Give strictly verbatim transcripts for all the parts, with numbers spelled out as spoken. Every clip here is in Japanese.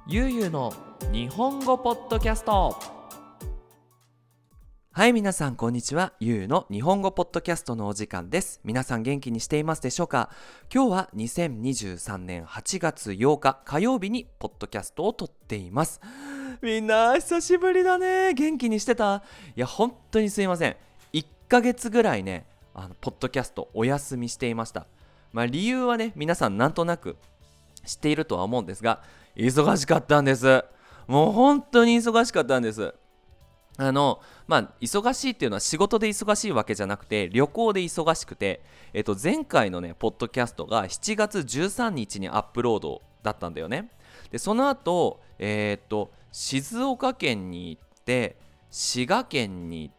ゆうゆうの日本語ポッドキャスト。はい、皆さんこんにちは。ゆうの日本語ポッドキャストのお時間です。皆さん元気にしていますでしょうか？今日はにせんにじゅうさんねんはちがつようか火曜日にポッドキャストを撮っています。みんな久しぶりだね。元気にしてた？いや本当にすいません。いっかげつぐらいね、あのポッドキャストお休みしていました。まあ理由はね、皆さんなんとなく知っているとは思うんですが、忙しかったんです。もう本当に忙しかったんです。あのまあ忙しいっていうのは仕事で忙しいわけじゃなくて、旅行で忙しくて、えっと前回のねポッドキャストがしちがつじゅうさんにちにアップロードだったんだよね。でその後えっと静岡県に行って、滋賀県に行って、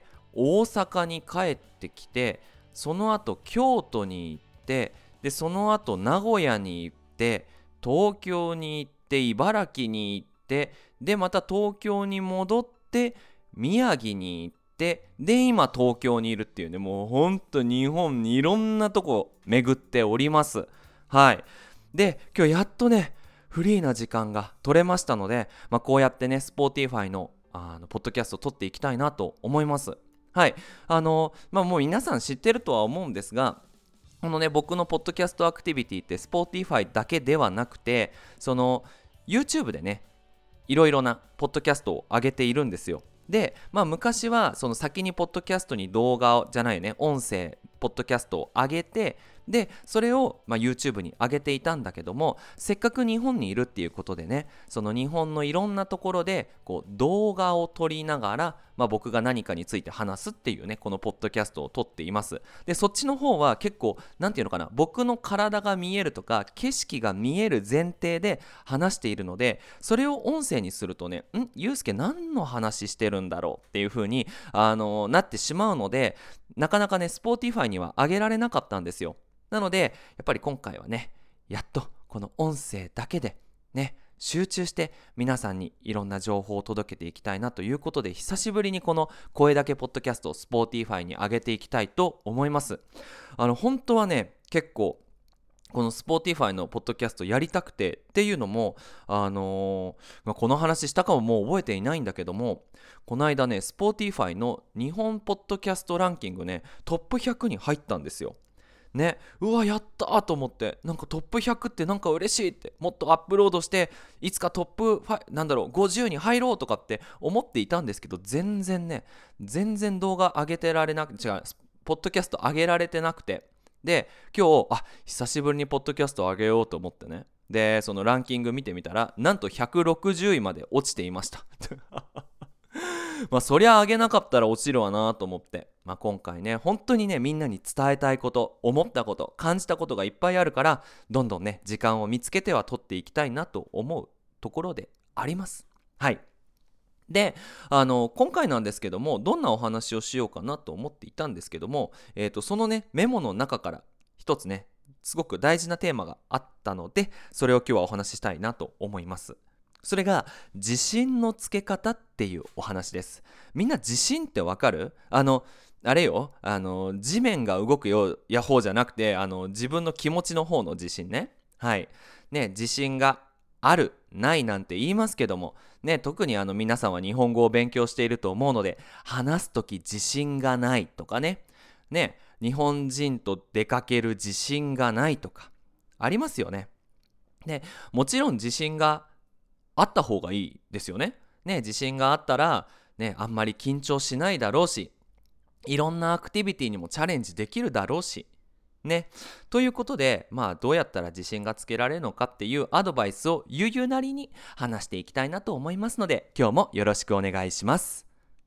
大阪に帰ってきて、その後京都に行って、でその後名古屋に行って、東京に行って、茨城に行って、でまた東京に戻って宮城に行って、で今東京にいるっていうね、もうほんと日本にいろんなとこ巡っております。はい。で今日やっとねフリーな時間が取れましたので、まあ、こうやってね Spotify のあのポッドキャストを撮っていきたいなと思います。はい。あのまあもう皆さん知ってるとは思うんですが、このね僕のポッドキャストアクティビティって Spotify だけではなくて、その YouTube でねいろいろなポッドキャストを上げているんですよ。で、まあ昔はその先にポッドキャストに動画じゃないね、音声ポッドキャストを上げて、でそれをまあ YouTube に上げていたんだけども、せっかく日本にいるっていうことでね、その日本のいろんなところでこう動画を撮りながら、まあ、僕が何かについて話すっていうね、このポッドキャストを撮っています。でそっちの方は結構なんていうのかな、僕の体が見えるとか景色が見える前提で話しているので、それを音声にするとね、んゆうすけ何の話してるんだろうっていう風にあのなってしまうので、なかなかね Spotify には上げられなかったんですよ。なのでやっぱり今回はね、やっとこの音声だけでね集中して皆さんにいろんな情報を届けていきたいなということで、久しぶりにこの声だけポッドキャストを Spotify に上げていきたいと思います。あの本当はね結構この Spotify のポッドキャストやりたくて、っていうのもあのーまあ、この話したかももう覚えていないんだけども、この間ね Spotify の日本ポッドキャストランキングねトップひゃくに入ったんですよね。うわやったーと思って、なんかトップひゃくってなんか嬉しいって、もっとアップロードしていつかトップなんだろうごじゅうに入ろうとかって思っていたんですけど、全然ね全然動画上げてられなく違うポッドキャスト上げられてなくて、で今日あ久しぶりにポッドキャスト上げようと思ってね、でそのランキング見てみたらなんとひゃくろくじゅういまで落ちていましたまあそりゃ上げなかったら落ちるわなと思って、まあ、今回ね本当にねみんなに伝えたいこと、思ったこと、感じたことがいっぱいあるから、どんどんね時間を見つけては取っていきたいなと思うところであります。はい。であの今回なんですけども、どんなお話をしようかなと思っていたんですけども、えーとそのねメモの中から一つねすごく大事なテーマがあったので、それを今日はお話ししたいなと思います。それが自信のつけ方っていうお話です。みんな自信ってわかる？あのあれよ、あの地面が動くよや方じゃなくて、あの自分の気持ちの方の自信ね。はいね、自信があるないなんて言いますけどもね、特にあの皆さんは日本語を勉強していると思うので、話すとき自信がないとかねね、日本人と出かける自信がないとかありますよね。でもちろん自信があった方がいいですよね。ね、自信があったら、ね、あんまり緊張しないだろうし、いろんなアクティビティにもチャレンジできるだろうし、ね。ということで、まあどうやったら自信がつけられるのかっていうアドバイスをゆうゆうなりに話していきたいなと思いますので、今日もよろしくお願いします。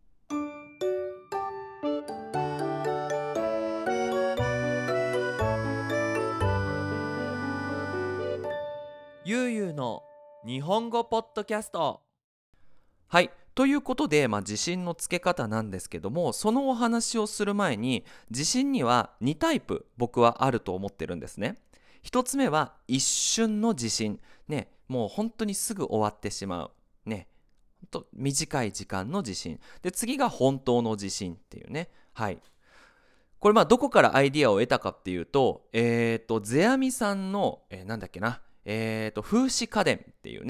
ゆうゆうの日本語ポッドキャスト。はい。ということで、まあ、自信のつけ方なんですけども、そのお話をする前に、自信にはにタイプ僕はあると思ってるんですね。一つ目は一瞬の自信。ね、もう本当にすぐ終わってしまう。ね、ほんと短い時間の自信。で、次が本当の自信っていうね。はい。これまあどこからアイディアを得たかっていうと、えっと、世阿弥さんの、えーなんだっけな、えっと、風刺家電っていうね、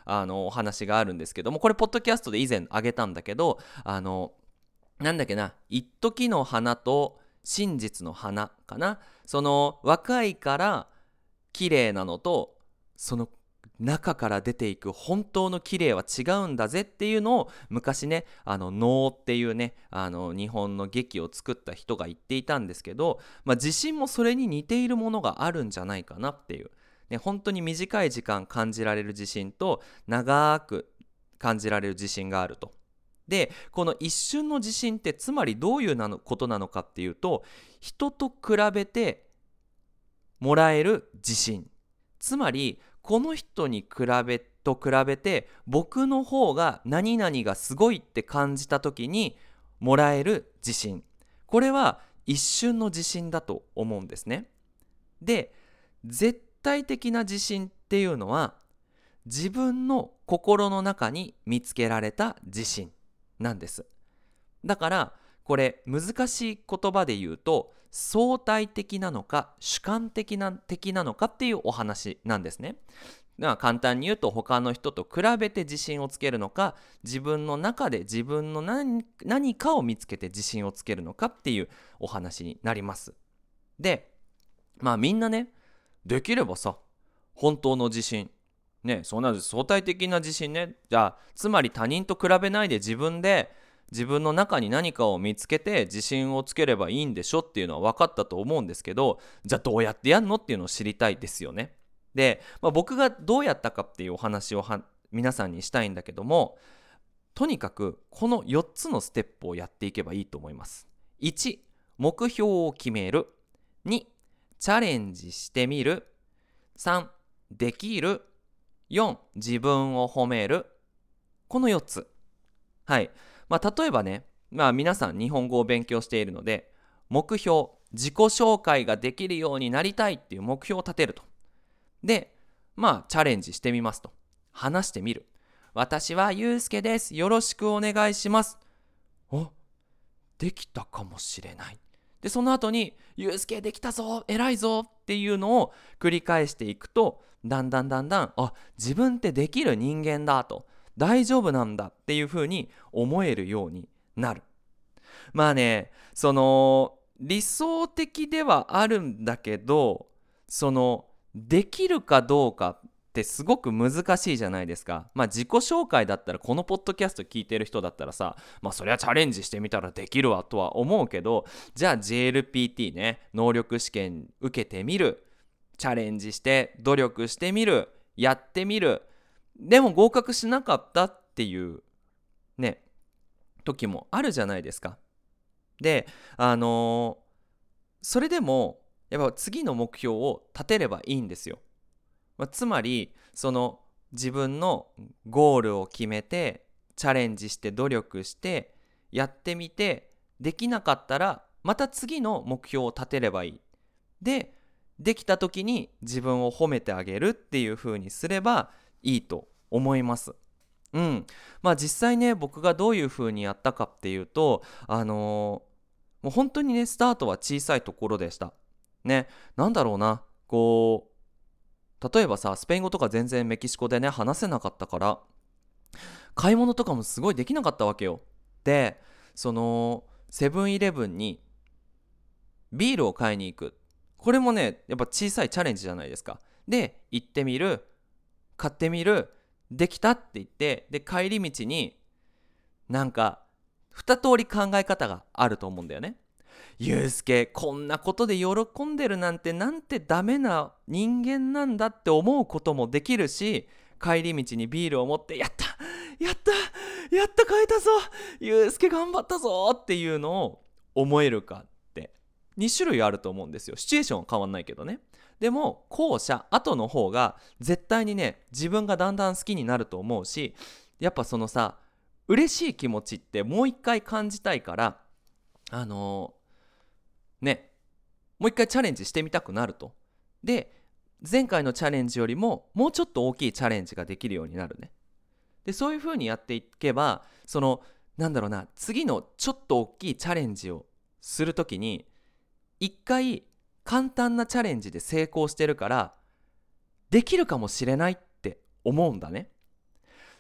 あのお話があるんですけども、これポッドキャストで以前あげたんだけど、あのなんだっけな、一時の花と真実の花かな。その若いから綺麗なのと、その中から出ていく本当の綺麗は違うんだぜっていうのを昔ね、あの能っていうね、あの日本の劇を作った人が言っていたんですけど、まあ、自信もそれに似ているものがあるんじゃないかなっていう、ね、本当に短い時間感じられる自信と長く感じられる自信があると。でこの一瞬の自信ってつまりどういうなのことなのかっていうと、人と比べてもらえる自信、つまりこの人に比べと比べて僕の方が何々がすごいって感じた時にもらえる自信、これは一瞬の自信だと思うんですね。で絶対的な自信っていうのは自分の心の中に見つけられた自信なんです。だからこれ難しい言葉で言うと相対的なのか主観的な的なのかっていうお話なんですね。だから簡単に言うと他の人と比べて自信をつけるのか、自分の中で自分の 何, 何かを見つけて自信をつけるのかっていうお話になります。でまあみんなね、できればさ本当の自信ね、そんな相対的な自信ね、じゃあつまり他人と比べないで自分で自分の中に何かを見つけて自信をつければいいんでしょっていうのは分かったと思うんですけど、じゃあどうやってやるのっていうのを知りたいですよね。で、まあ、僕がどうやったかっていうお話をは皆さんにしたいんだけども、とにかくこのよっつのステップをやっていけばいいと思います。いち、目標を決める。に、チャレンジしてみる。さん、できる。よん、自分を褒める。このよっつ。はい。まあ、例えばね、まあ、皆さん日本語を勉強しているので、目標、自己紹介ができるようになりたいっていう目標を立てると。で、まあ、チャレンジしてみますと。話してみる。私はゆうすけです。よろしくお願いします。お、できたかもしれない。で、その後に、ゆうすけできたぞ、偉いぞっていうのを繰り返していくと、だんだんだんだん、あ、自分ってできる人間だと、大丈夫なんだっていうふうに思えるようになる。まあね、その理想的ではあるんだけど、そのできるかどうかってすごく難しいじゃないですか。まあ自己紹介だったら、このポッドキャスト聞いてる人だったらさ、まあそりゃチャレンジしてみたらできるわとは思うけど、じゃあ ジェーエルピーティー ね、能力試験受けてみる、チャレンジして努力してみる、やってみる、でも合格しなかったっていうね時もあるじゃないですか。であのーそれでもやっぱ次の目標を立てればいいんですよ。まあ、つまりその自分のゴールを決めてチャレンジして努力してやってみて、できなかったらまた次の目標を立てればいい。でできた時に自分を褒めてあげるっていう風にすればいいと思います。うん。まあ実際ね、僕がどういう風にやったかっていうと、あのーもう本当にね、スタートは小さいところでした。ね、なんだろうな、こう、例えばさ、スペイン語とか全然メキシコでね、話せなかったから、買い物とかもすごいできなかったわけよ。で、その、セブンイレブンにビールを買いに行く。これもね、やっぱ小さいチャレンジじゃないですか。で、行ってみる、買ってみる、できたって言って、で、帰り道になんか二通り考え方があると思うんだよね。ゆうすけ、こんなことで喜んでるなんてなんてダメな人間なんだって思うこともできるし、帰り道にビールを持ってやったやったやった買えたぞ、ゆうすけ頑張ったぞっていうのを思えるかってに種類あると思うんですよ。シチュエーションは変わんないけどね。でも後者後の方が絶対にね、自分がだんだん好きになると思うし、やっぱそのさ、嬉しい気持ちってもう一回感じたいから、あのー、ねもう一回チャレンジしてみたくなると。で前回のチャレンジよりももうちょっと大きいチャレンジができるようになるね。でそういう風にやっていけば、そのなんだろうな、次のちょっと大きいチャレンジをするときに一回簡単なチャレンジで成功してるからできるかもしれないって思うんだね。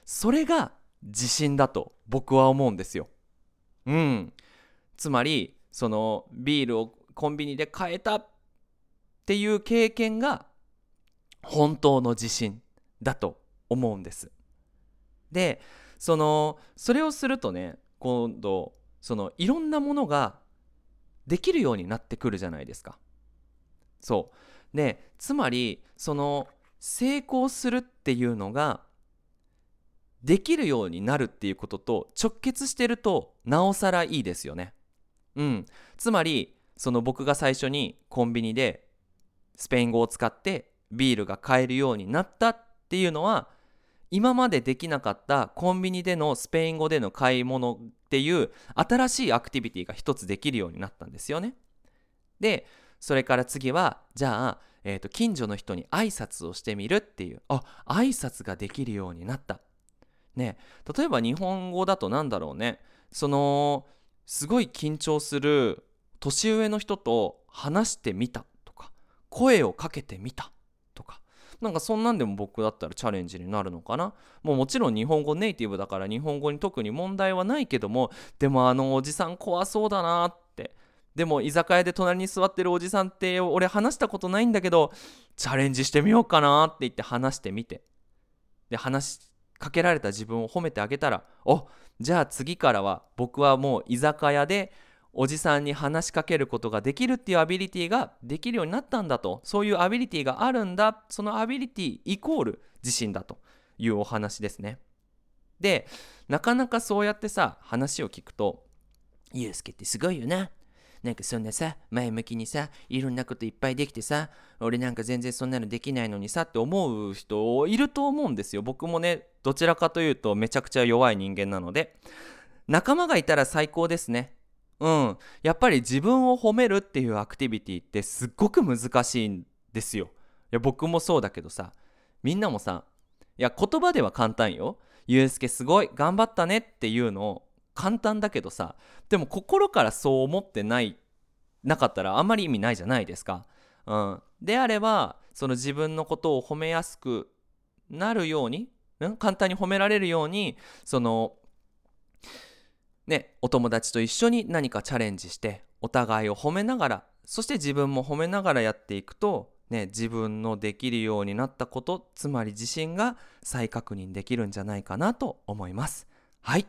それが自信だと僕は思うんですよ。うん。つまりそのビールをコンビニで買えたっていう経験が本当の自信だと思うんです。で、そのそれをするとね、今度そのいろんなものができるようになってくるじゃないですか。そうで、つまりその成功するっていうのができるようになるっていうことと直結してるとなおさらいいですよね。うん。つまりその僕が最初にコンビニでスペイン語を使ってビールが買えるようになったっていうのは、今までできなかったコンビニでのスペイン語での買い物っていう新しいアクティビティが一つできるようになったんですよね。で、それから次はじゃあ、えーと、近所の人に挨拶をしてみるっていう、あ、挨拶ができるようになったね。例えば日本語だとなんだろうね、そのすごい緊張する年上の人と話してみたとか、声をかけてみたとか、なんかそんなんでも僕だったらチャレンジになるのかな。もうもちろん日本語ネイティブだから日本語に特に問題はないけども、でもあのおじさん怖そうだなって、でも居酒屋で隣に座ってるおじさんって俺話したことないんだけどチャレンジしてみようかなって言って話してみて、で話しかけられた自分を褒めてあげたら、お、じゃあ次からは僕はもう居酒屋でおじさんに話しかけることができるっていうアビリティができるようになったんだと、そういうアビリティがあるんだ、そのアビリティイコール自信だというお話ですね。で、なかなかそうやってさ話を聞くと、ゆうすけってすごいよな、なんかそんなさ前向きにさいろんなこといっぱいできてさ、俺なんか全然そんなのできないのにさって思う人いると思うんですよ。僕もね、どちらかというとめちゃくちゃ弱い人間なので、仲間がいたら最高ですね。うん、やっぱり自分を褒めるっていうアクティビティってすっごく難しいんですよ。いや僕もそうだけどさ、みんなもさ、いや言葉では簡単よ、ゆうすけすごい頑張ったねっていうの簡単だけどさ、でも心からそう思ってないなかったらあんまり意味ないじゃないですか。うん、であればその自分のことを褒めやすくなるように、うん、簡単に褒められるように、そのね、お友達と一緒に何かチャレンジしてお互いを褒めながら、そして自分も褒めながらやっていくと、ね、自分のできるようになったこと、つまり自信が再確認できるんじゃないかなと思います。はい。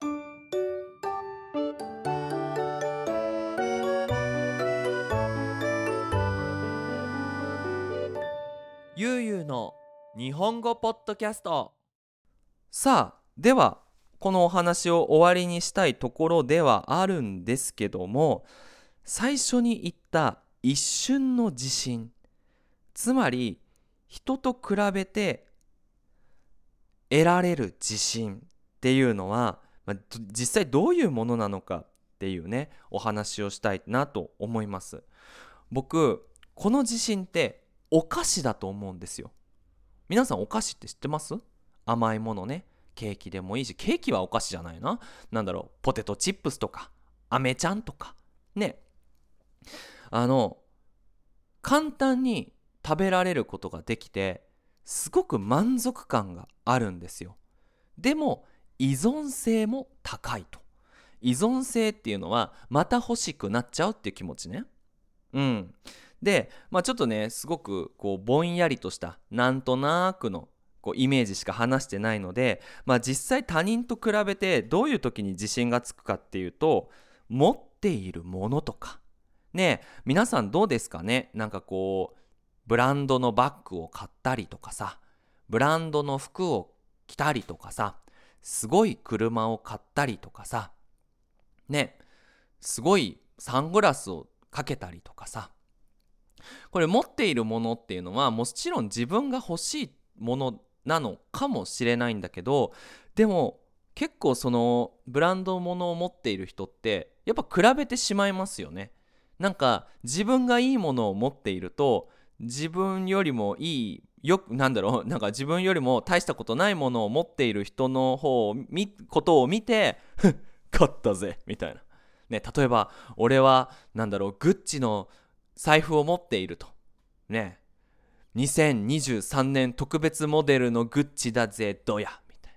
ゆうゆうの日本語ポッドキャスト。さあ、ではこのお話を終わりにしたいところではあるんですけども、最初に言った一瞬の自信、つまり人と比べて得られる自信っていうのは、まあ、実際どういうものなのかっていうね、お話をしたいなと思います。僕この自信ってお菓子だと思うんですよ。皆さんお菓子って知ってます？甘いものね、ケーキでもいいし、ケーキはお菓子じゃないな、なんだろう、ポテトチップスとかアメちゃんとかね、あの簡単に食べられることができてすごく満足感があるんですよ。でも依存性も高いと。依存性っていうのはまた欲しくなっちゃうっていう気持ちね。うん。で、まあ、ちょっとねすごくこうぼんやりとしたなんとなくのこうイメージしか話してないので、まあ、実際他人と比べてどういう時に自信がつくかっていうと、持っているものとかね。え皆さんどうですかね。なんかこうブランドのバッグを買ったりとかさ、ブランドの服を着たりとかさ、すごい車を買ったりとかさね、すごいサングラスをかけたりとかさ、これ持っているものっていうのはもちろん自分が欲しいものなのかもしれないんだけど、でも結構そのブランドものを持っている人ってやっぱ比べてしまいますよね。なんか自分がいいものを持っていると、自分よりもいいよくなんだろうなんか自分よりも大したことないものを持っている人の方を見ことを見てふっ勝ったぜみたいなね。例えば俺はなんだろうグッチの財布を持っているとね、にせんにじゅうさんねん特別モデルのグッチだぜどやみたい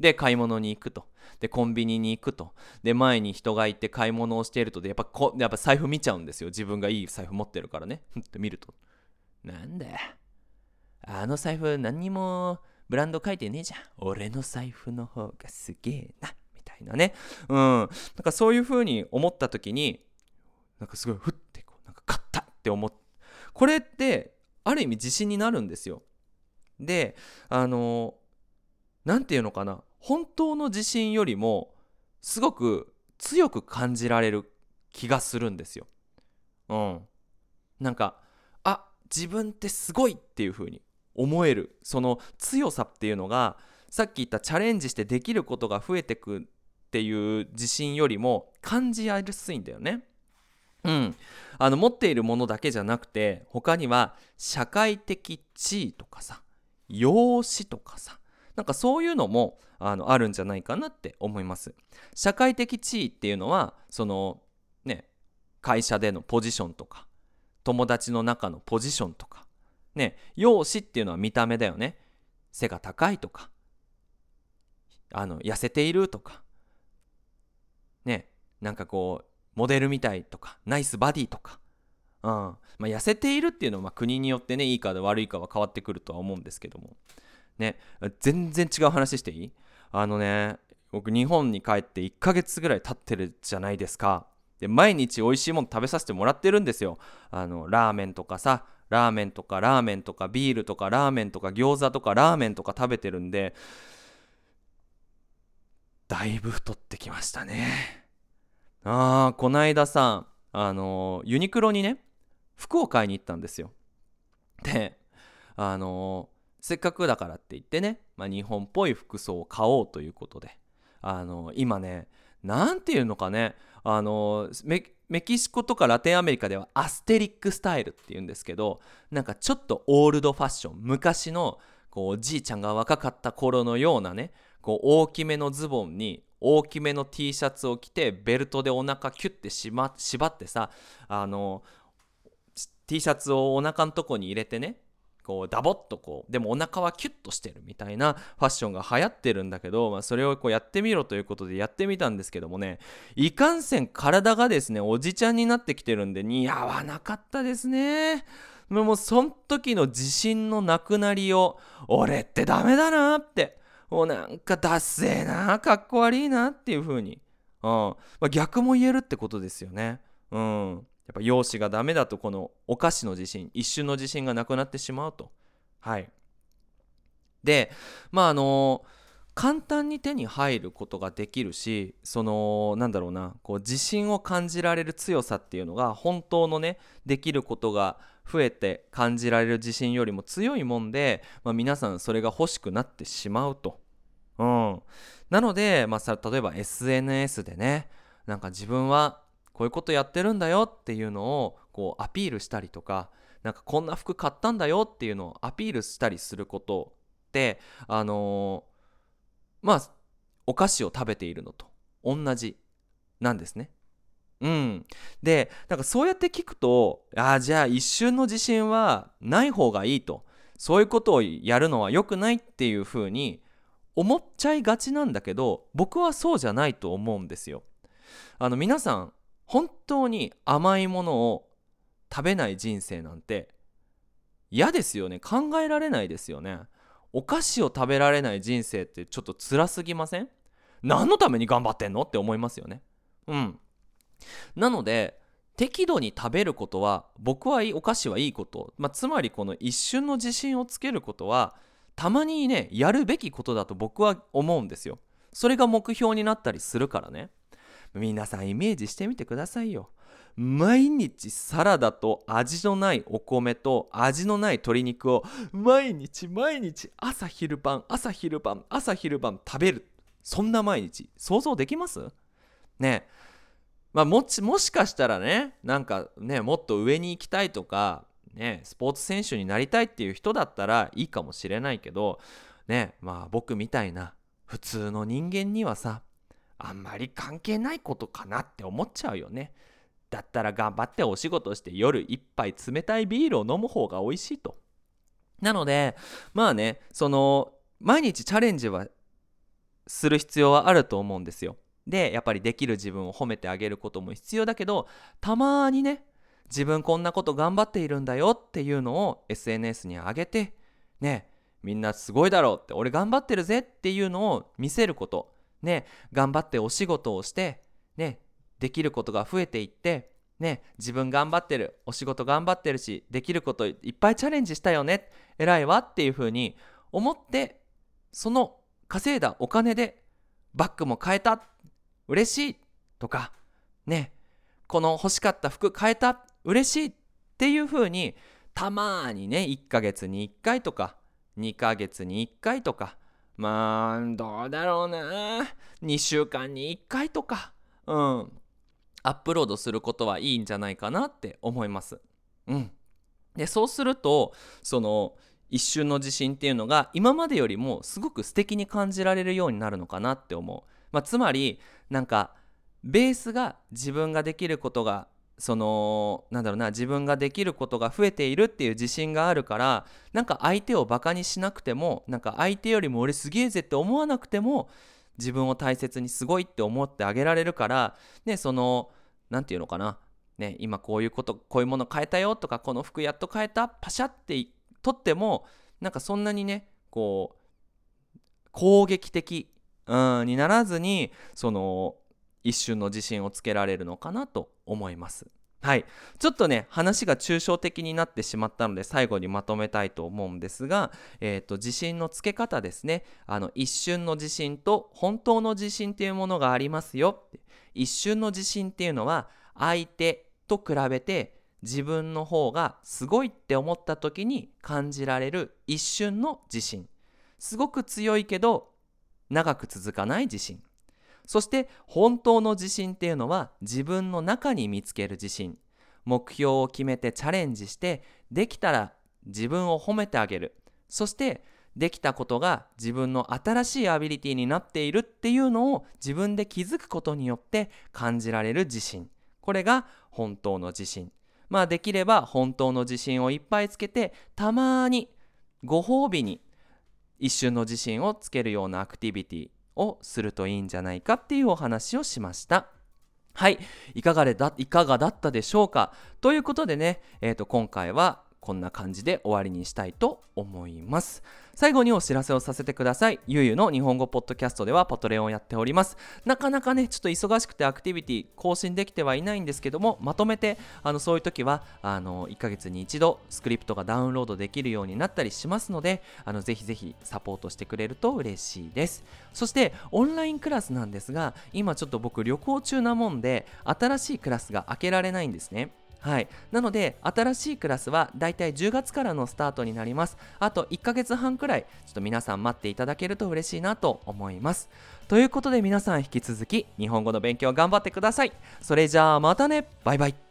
で買い物に行くと。でコンビニに行くと。で前に人がいて買い物をしているとでやっぱこやっぱ財布見ちゃうんですよ。自分がいい財布持ってるからね。ふって見ると、なんだよ、あの財布何にもブランド書いてねえじゃん、俺の財布の方がすげえなみたいなね。うんなんかそういう風に思った時になんかすごいふってこうなんか勝ったって思っこれってある意味自信になるんですよ。であのなんていうのかな、本当の自信よりもすごく強く感じられる気がするんですよ。うんなんかあ自分ってすごいっていう風に思えるその強さっていうのが、さっき言ったチャレンジしてできることが増えてくっていう自信よりも感じやすいんだよね。うんあの持っているものだけじゃなくて、他には社会的地位とかさ、容姿とかさ、なんかそういうのもあのあるんじゃないかなって思います。社会的地位っていうのはそのね会社でのポジションとか友達の中のポジションとかね、容姿っていうのは見た目だよね。背が高いとかあの痩せているとかね、なんかこうモデルみたいとかナイスバディとか、うんまあ、痩せているっていうのはまあ国によってねいいか悪いかは変わってくるとは思うんですけどもね、全然違う話していい？あのね僕日本に帰っていっかげつぐらい経ってるじゃないですか。で毎日美味しいもの食べさせてもらってるんですよ。あのラーメンとかさラーメンとかラーメンとかビールとかラーメンとか餃子とかラーメンとか食べてるんで、だいぶ太ってきましたね。あーこないださあのユニクロにね服を買いに行ったんですよ。であのせっかくだからって言ってね、まあ、日本っぽい服装を買おうということで、あの今ねなんていうのかね、あのメメキシコとかラテンアメリカではアステリックスタイルっていうんですけど、なんかちょっとオールドファッション、昔のこうおじいちゃんが若かった頃のようなね、こう大きめのズボンに大きめの T シャツを着てベルトでお腹キュッてしま縛ってさ、あの T シャツをお腹のとこに入れてね、こうダボッとこうでもお腹はキュッとしてるみたいなファッションが流行ってるんだけど、まあ、それをこうやってみろということでやってみたんですけどもね、いかんせん体がですねおじちゃんになってきてるんで似合わなかったですね。もうその時の自信のなくなりを、俺ってダメだなって、もうなんかダッセーな、かっこ悪いなっていう風に、うんまあ、逆も言えるってことですよね。うんやっぱ容姿がダメだとこのお菓子の自信、一瞬の自信がなくなってしまうと。はいでまああの簡単に手に入ることができるし、そのなんだろうな、こう自信を感じられる強さっていうのが本当のねできることが増えて感じられる自信よりも強いもんで、まあ、皆さんそれが欲しくなってしまうと。うんなので、まあ、さ例えば エスエヌエス でね、なんか自分はこういうことやってるんだよっていうのをこうアピールしたりとか、なんかこんな服買ったんだよっていうのをアピールしたりすることってあのーまあお菓子を食べているのと同じなんですね。うんでなんかそうやって聞くと、ああじゃあ一瞬の自信はない方がいいと、そういうことをやるのは良くないっていう風に思っちゃいがちなんだけど、僕はそうじゃないと思うんですよ。あの皆さん本当に甘いものを食べない人生なんて嫌ですよね。考えられないですよね。お菓子を食べられない人生ってちょっと辛すぎません？何のために頑張ってんのって思いますよね。うんなので適度に食べることは僕はいい、お菓子はいいこと、まあ、つまりこの一瞬の自信をつけることはたまにねやるべきことだと僕は思うんですよ。それが目標になったりするからね。皆さんイメージしてみてくださいよ。毎日サラダと味のないお米と味のない鶏肉を毎日毎日朝昼晩朝昼晩朝昼晩食べる、そんな毎日想像できます？ねえ、まあ、もちもしかしたらね、なんかねもっと上に行きたいとかねスポーツ選手になりたいっていう人だったらいいかもしれないけどね、まあ僕みたいな普通の人間にはさあんまり関係ないことかなって思っちゃうよね。だったら頑張ってお仕事して夜一杯冷たいビールを飲む方が美味しいと。なのでまあね、その毎日チャレンジはする必要はあると思うんですよ。でやっぱりできる自分を褒めてあげることも必要だけど、たまにね、自分こんなこと頑張っているんだよっていうのを エスエヌエス に上げて、ね、みんなすごいだろうって、俺頑張ってるぜっていうのを見せること、ね、頑張ってお仕事をして、ね、できることが増えていって、ね、自分頑張ってる、お仕事頑張ってるし、できることいっぱいチャレンジしたよね、偉いわっていう風に思って、その稼いだお金でバッグも買えた、嬉しいとかね、この欲しかった服買えた、嬉しいっていう風に、たまにね、いっかげつにいっかいとかにかげつにいっかいとか、まあどうだろうな、にしゅうかんにいっかいとか、うんアップロードすることはいいんじゃないかなって思います。うん。でそうすると、その一瞬の自信っていうのが今までよりもすごく素敵に感じられるようになるのかなって思う。まあ、つまりなんかベースが自分ができることが、そのなんだろうな、自分ができることが増えているっていう自信があるから、なんか相手をバカにしなくても、なんか相手よりも俺すげえぜって思わなくても、自分を大切にすごいって思ってあげられるから、ね、そのなんていうのかな、ね、今こういうこと、こういうもの買えたよとか、この服やっと買えた、パシャって取っても、なんかそんなにね、こう攻撃的、うん、にならずに、その一瞬の自信をつけられるのかなと思います。はい、ちょっとね話が抽象的になってしまったので最後にまとめたいと思うんですが、えーと、自信のつけ方ですね。あの一瞬の自信と本当の自信っていうものがありますよ。一瞬の自信っていうのは相手と比べて自分の方がすごいって思った時に感じられる一瞬の自信、すごく強いけど長く続かない自信。そして本当の自信っていうのは自分の中に見つける自信。目標を決めてチャレンジしてできたら自分を褒めてあげる。そしてできたことが自分の新しいアビリティになっているっていうのを自分で気づくことによって感じられる自信。これが本当の自信。まあできれば本当の自信をいっぱいつけて、たまにご褒美に一瞬の自信をつけるようなアクティビティをするといいんじゃないかっていうお話をしました。はい、いかがでだいかがだったでしょうか。ということでね、えーと今回はこんな感じで終わりにしたいと思います。最後にお知らせをさせてください。ゆうゆうの日本語ポッドキャストではパトレオンをやっております。なかなかねちょっと忙しくてアクティビティ更新できてはいないんですけども、まとめてあのそういう時はあのいっかげつに一度スクリプトがダウンロードできるようになったりしますので、あのぜひぜひサポートしてくれると嬉しいです。そしてオンラインクラスなんですが、今ちょっと僕旅行中なもんで新しいクラスが開けられないんですね。はい、なので新しいクラスはだいたいじゅうがつからのスタートになります。あといっかげつはんくらいちょっと皆さん待っていただけると嬉しいなと思います。ということで皆さん引き続き日本語の勉強頑張ってください。それじゃあまたね、バイバイ。